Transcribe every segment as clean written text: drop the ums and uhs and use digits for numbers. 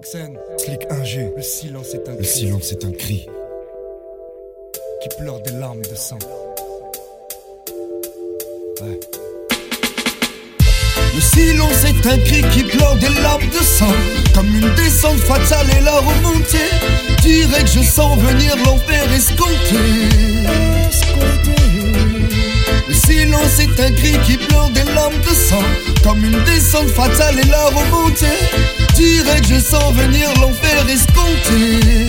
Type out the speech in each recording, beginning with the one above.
Roxane, Slick 1G, le silence est un cri. Le silence est un cri qui pleure des larmes de sang. Ouais. Le silence est un cri qui pleure des larmes de sang. Comme une descente fatale et la remontée. Dirais que je sens venir l'enfer escompté. Le silence est un cri qui pleure des larmes de sang. Comme une descente fatale et la remontée. Dirais que je sens venir l'enfer escompté.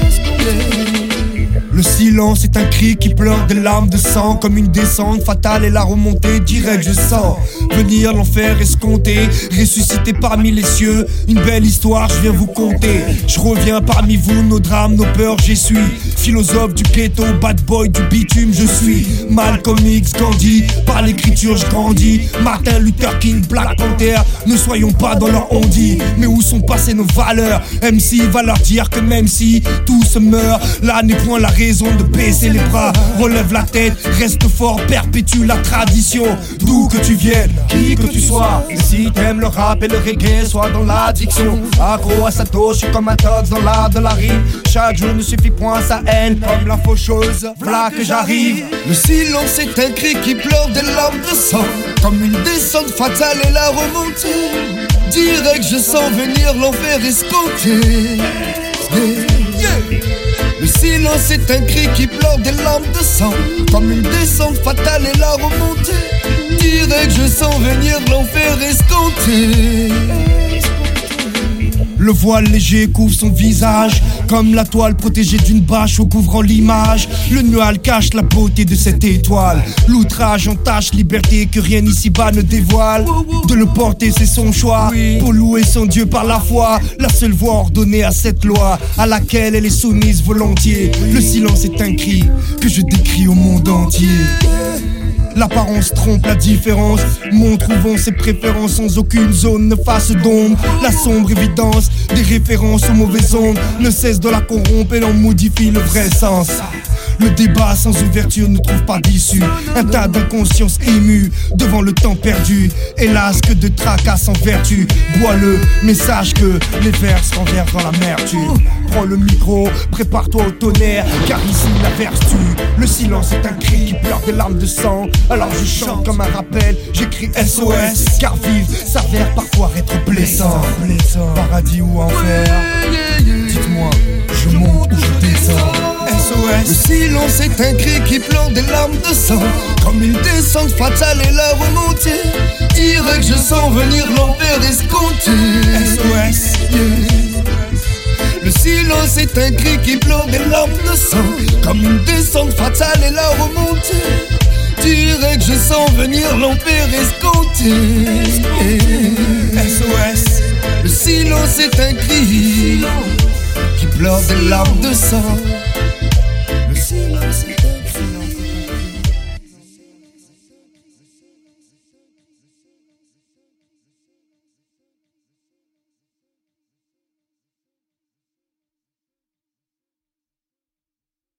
Le silence est un cri qui pleure des larmes de sang. Comme une descente fatale et la remontée. Direct je sens venir l'enfer escompté. Ressuscité parmi les cieux. Une belle histoire je viens vous conter. Je reviens parmi vous, nos drames, nos peurs j'essuie. Philosophe du ghetto, bad boy du bitume je suis. Malcolm X, Gandhi, par l'écriture je grandis. Martin Luther King, Black Panther. Ne soyons pas dans leur on-dit. Mais où sont passées nos valeurs? MC va leur dire que même si tout se meurt, là n'est point la raison de baisser les bras. Relève la tête, reste fort, perpétue la tradition. D'où que tu viennes, qui que tu sois. Et si t'aimes le rap et le reggae, sois dans l'addiction. Accro à sa dose, je suis comme un tox dans l'art de la rime. Chaque jour ne suffit point sa haine, comme la faucheuse, voilà que j'arrive. Le silence est un cri qui pleure des larmes de sang. Comme une descente fatale et la remontée. Dirais que je sens venir l'enfer escompté. Le silence est un cri qui pleure des larmes de sang. Comme une descente fatale et la remontée. Dirais que je sens venir l'enfer escompté. Le voile léger couvre son visage. Comme la toile protégée d'une bâche recouvrant l'image. Le nuage cache la beauté de cette étoile. L'outrage entache liberté que rien ici-bas ne dévoile. De le porter c'est son choix. Pour louer son Dieu par la foi. La seule voie ordonnée à cette loi à laquelle elle est soumise volontiers. Le silence est un cri que je décris au monde entier. L'apparence trompe la différence. Mon trouvant ses préférences sans aucune zone ne fasse d'ombre. La sombre évidence des références aux mauvaises ondes ne cesse de la corrompre et en modifie le vrai sens. Le débat sans ouverture ne trouve pas d'issue. Un tas d'inconscience émue devant le temps perdu. Hélas que de tracas sans vertu. Bois le message que les vers se renversent dans l'amertume. Prends le micro, prépare-toi au tonnerre. Car ici la verse tue. Le silence est un cri qui pleure des larmes de sang. Alors je chante comme un rappel, j'écris SOS. Car vivre s'avère parfois être blessant. Paradis ou enfer, dites-moi, je monte ou je descends. SOS. Le silence est un cri qui pleure des larmes de sang. Comme une descente fatale et la remontée. Dirais que je sens venir l'enfer escompté. SOS. Le silence est un cri qui pleure des larmes de sang. Comme une descente fatale et la remontée. Dirais que je sens venir l'enfer escompté. SOS. Le silence est un cri qui pleure des larmes de sang.